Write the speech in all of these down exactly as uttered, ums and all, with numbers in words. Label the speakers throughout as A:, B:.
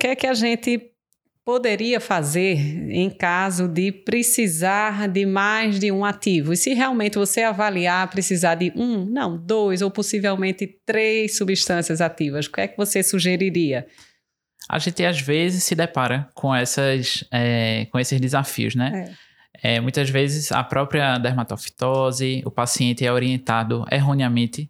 A: que é que a gente poderia fazer em caso de precisar de mais de um ativo? E se realmente você avaliar precisar de um, não, dois ou possivelmente três substâncias ativas, o que é que você sugeriria?
B: A gente às vezes se depara com, essas, é, com esses desafios, né? É. É, muitas vezes a própria dermatofitose, o paciente é orientado erroneamente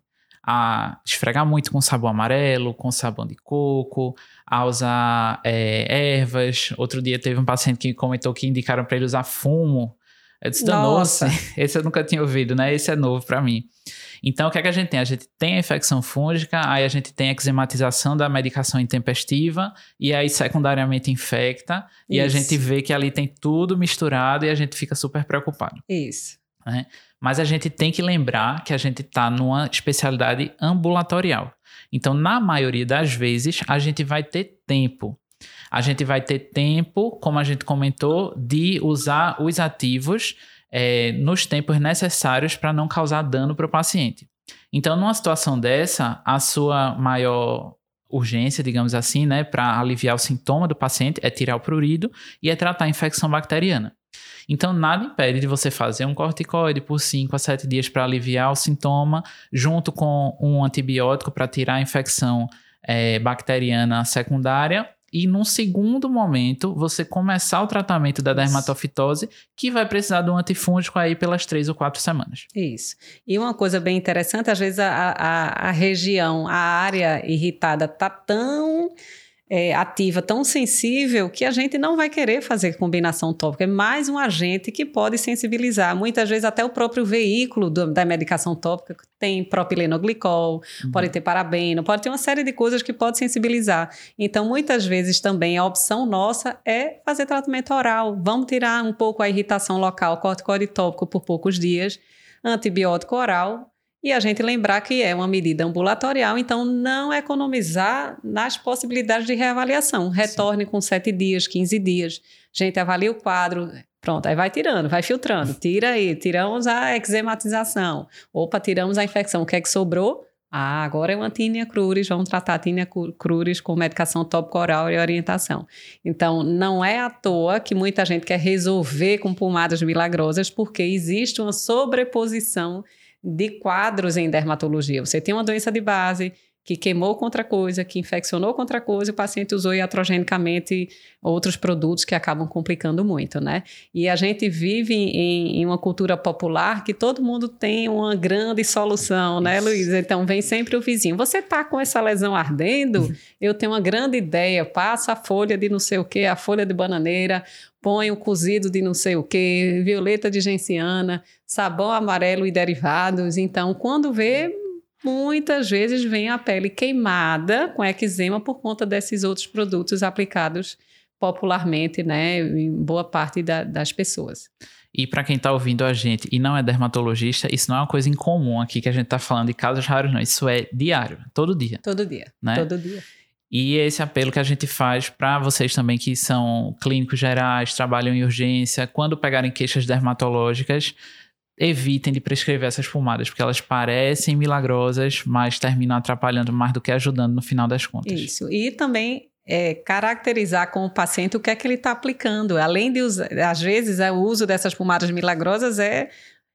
B: a esfregar muito com sabão amarelo, com sabão de coco, a usar é, ervas. Outro dia teve um paciente que comentou que indicaram para ele usar fumo. Eu disse, danou-se. Esse eu nunca tinha ouvido, né? Esse é novo para mim. Então, o que é que a gente tem? A gente tem a infecção fúngica, aí a gente tem a eczematização da medicação intempestiva, e aí secundariamente infecta, Isso. e a gente vê que ali tem tudo misturado e a gente fica super preocupado.
A: Isso.
B: Né? Mas a gente tem que lembrar que a gente está numa especialidade ambulatorial. Então, na maioria das vezes, a gente vai ter tempo. A gente vai ter tempo, como a gente comentou, de usar os ativos é, nos tempos necessários para não causar dano para o paciente. Então, numa situação dessa, a sua maior urgência, digamos assim, né, para aliviar o sintoma do paciente é tirar o prurido e é tratar a infecção bacteriana. Então, nada impede de você fazer um corticoide por cinco a sete dias para aliviar o sintoma, junto com um antibiótico para tirar a infecção é, bacteriana secundária. E num segundo momento, você começar o tratamento da dermatofitose, que vai precisar de um antifúngico aí pelas três ou quatro semanas.
A: Isso. E uma coisa bem interessante, às vezes a, a, a região, a área irritada está tão... É, ativa, tão sensível, que a gente não vai querer fazer combinação tópica. É mais um agente que pode sensibilizar. Muitas vezes até o próprio veículo do, da medicação tópica tem propilenoglicol, uhum. pode ter parabeno, pode ter uma série de coisas que pode sensibilizar. Então, muitas vezes também a opção nossa é fazer tratamento oral. Vamos tirar um pouco a irritação local, corticoide tópico por poucos dias, antibiótico oral. E a gente lembrar que é uma medida ambulatorial, então não economizar nas possibilidades de reavaliação. Retorne Sim. com sete dias, quinze dias. A gente avalia o quadro, pronto, aí vai tirando, vai filtrando. Tira aí, tiramos a eczematização. Opa, tiramos a infecção. O que é que sobrou? Ah, agora é uma tínia cruris, vamos tratar a tínia cruris com medicação tópico oral e orientação. Então, não é à toa que muita gente quer resolver com pomadas milagrosas, porque existe uma sobreposição de quadros em dermatologia. Você tem uma doença de base que queimou contra coisa, que infeccionou contra coisa, e o paciente usou iatrogenicamente outros produtos que acabam complicando muito, né? E a gente vive em, em uma cultura popular que todo mundo tem uma grande solução, né, Luiz? Então, vem sempre o vizinho. Você tá com essa lesão ardendo? Eu tenho uma grande ideia. Passa a folha de não sei o quê, a folha de bananeira, põe o cozido de não sei o quê, violeta de genciana, sabão amarelo e derivados. Então, quando vê... muitas vezes vem a pele queimada com eczema por conta desses outros produtos aplicados popularmente, né, em boa parte da, das pessoas.
B: E para quem está ouvindo a gente e não é dermatologista, isso não é uma coisa incomum aqui que a gente está falando de casos raros, não. Isso é diário, todo dia.
A: Todo dia,
B: né?
A: todo dia.
B: E esse apelo que a gente faz para vocês também que são clínicos gerais, trabalham em urgência, quando pegarem queixas dermatológicas, evitem de prescrever essas pomadas, porque elas parecem milagrosas, mas terminam atrapalhando mais do que ajudando no final das contas.
A: Isso. E também é, caracterizar com o paciente o que é que ele está aplicando. Além de usar, às vezes, é, o uso dessas pomadas milagrosas é,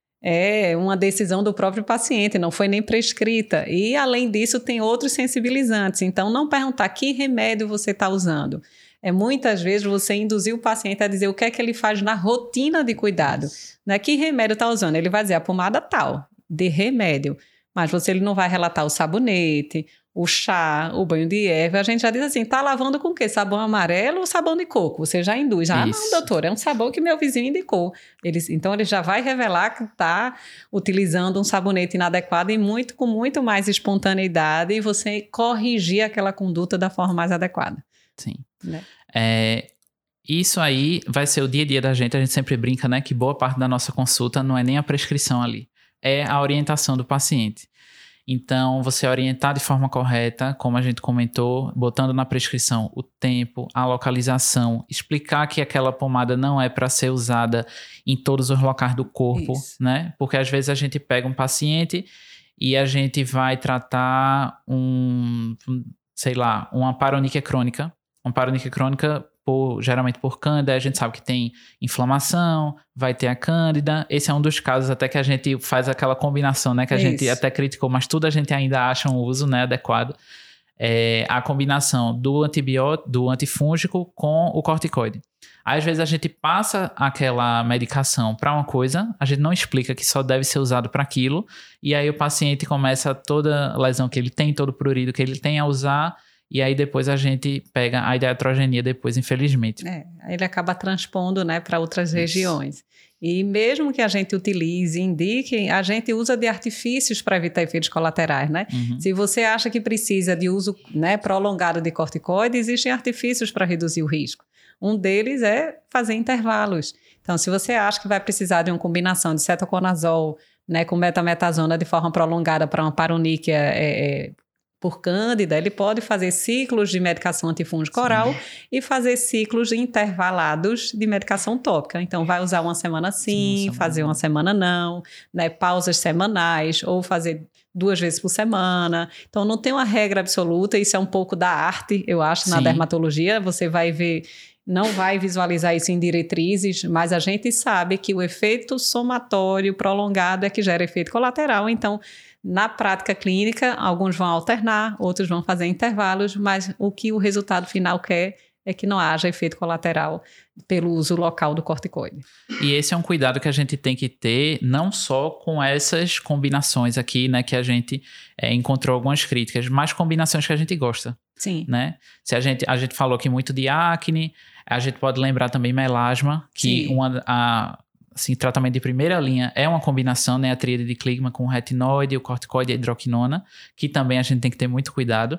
A: é uma decisão do próprio paciente, não foi nem prescrita. E, além disso, tem outros sensibilizantes. Então, não perguntar que remédio você está usando. É muitas vezes você induzir o paciente a dizer o que é que ele faz na rotina de cuidado. Né? Que remédio está usando? Ele vai dizer a pomada tal, de remédio. Mas você ele não vai relatar o sabonete, o chá, o banho de erva. A gente já diz assim, tá lavando com o quê? Sabão amarelo ou sabão de coco? Você já induz. Ah, Isso. não, doutor, é um sabão que meu vizinho indicou. Ele, então, ele já vai revelar que está utilizando um sabonete inadequado e muito, com muito mais espontaneidade, e você corrigir aquela conduta da forma mais adequada.
B: Sim.
A: Né?
B: É, isso aí vai ser o dia a dia da gente. A gente sempre brinca, né, que boa parte da nossa consulta não é nem a prescrição ali, é a orientação do paciente. Então, você orientar de forma correta, como a gente comentou, botando na prescrição o tempo, a localização, explicar que aquela pomada não é para ser usada em todos os locais do corpo, Isso. né? Porque às vezes a gente pega um paciente e a gente vai tratar um, sei lá, uma paronychia crônica, uma paronique crônica, por, geralmente por cândida, a gente sabe que tem inflamação, vai ter a cândida. Esse é um dos casos até que a gente faz aquela combinação, né? Que a
A: Isso.
B: gente até criticou, mas tudo a gente ainda acha um uso, né, adequado. É a combinação do antibiótico, do antifúngico com o corticoide. Aí, às vezes a gente passa aquela medicação para uma coisa, a gente não explica que só deve ser usado para aquilo, e aí o paciente começa toda lesão que ele tem, todo prurido que ele tem a usar, e aí depois a gente pega a iatrogenia depois, infelizmente.
A: É, ele acaba transpondo, né, para outras
B: Isso.
A: regiões. E mesmo que a gente utilize, indique, a gente usa de artifícios para evitar efeitos colaterais, né?
B: Uhum.
A: Se você acha que precisa de uso, né, prolongado de corticoide, existem artifícios para reduzir o risco. Um deles é fazer intervalos. Então, se você acha que vai precisar de uma combinação de cetoconazol, né, com betametasona de forma prolongada para uma paroníquea é, é, por cândida, ele pode fazer ciclos de medicação antifúngica oral e fazer ciclos intervalados de medicação tópica. Então, vai usar uma semana sim, sim uma fazer semana. uma semana não, né, pausas semanais, ou fazer duas vezes por semana. Então, não tem uma regra absoluta, isso é um pouco da arte, eu acho, na sim. dermatologia. Você vai ver... Não vai visualizar isso em diretrizes, mas a gente sabe que o efeito somatório prolongado é que gera efeito colateral. Então, na prática clínica, alguns vão alternar, outros vão fazer intervalos, mas o que o resultado final quer é que não haja efeito colateral pelo uso local do corticoide.
B: E esse é um cuidado que a gente tem que ter, não só com essas combinações aqui, né, que a gente é, encontrou algumas críticas, mas combinações que a gente gosta.
A: Sim.
B: Né? Se a gente, a gente falou aqui muito de acne, a gente pode lembrar também melasma, que uma, a, assim, tratamento de primeira linha é uma combinação, né, a tríade de Kligman com o retinoide, o corticoide e a hidroquinona, que também a gente tem que ter muito cuidado.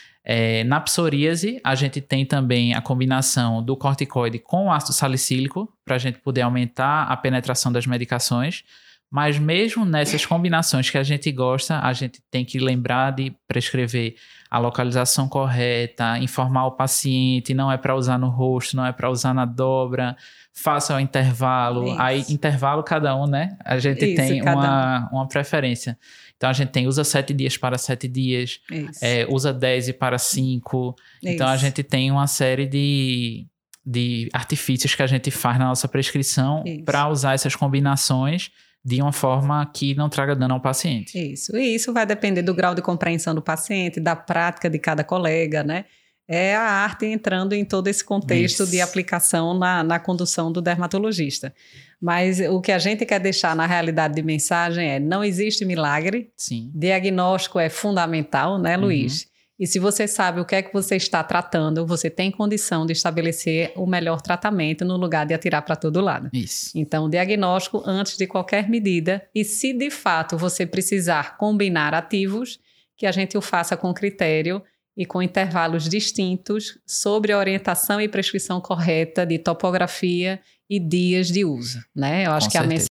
B: É, na psoríase, a gente tem também a combinação do corticoide com o ácido salicílico, para a gente poder aumentar a penetração das medicações. Mas mesmo nessas combinações que a gente gosta, a gente tem que lembrar de prescrever a localização correta, informar o paciente, não é para usar no rosto, não é para usar na dobra, faça o intervalo. Isso. Aí, intervalo cada um, né? A gente Isso, tem uma, um. uma preferência. Então, a gente tem usa sete dias para sete dias, é, usa dez para cinco. Isso. Então, a gente tem uma série de, de artifícios que a gente faz na nossa prescrição para usar essas combinações de uma forma que não traga dano ao paciente.
A: Isso, e isso vai depender do grau de compreensão do paciente, da prática de cada colega, né? É a arte entrando em todo esse contexto isso. de aplicação na, na condução do dermatologista. Mas o que a gente quer deixar na realidade de mensagem é: não existe milagre,
B: Sim.
A: diagnóstico é fundamental, né, Luiz? Uhum. E se você sabe o que é que você está tratando, você tem condição de estabelecer o melhor tratamento no lugar de atirar para todo lado.
B: Isso.
A: Então, diagnóstico antes de qualquer medida. E se de fato você precisar combinar ativos, que a gente o faça com critério e com intervalos distintos sobre a orientação e prescrição correta de topografia e dias de uso, né? Eu acho
B: com
A: que
B: certeza.
A: a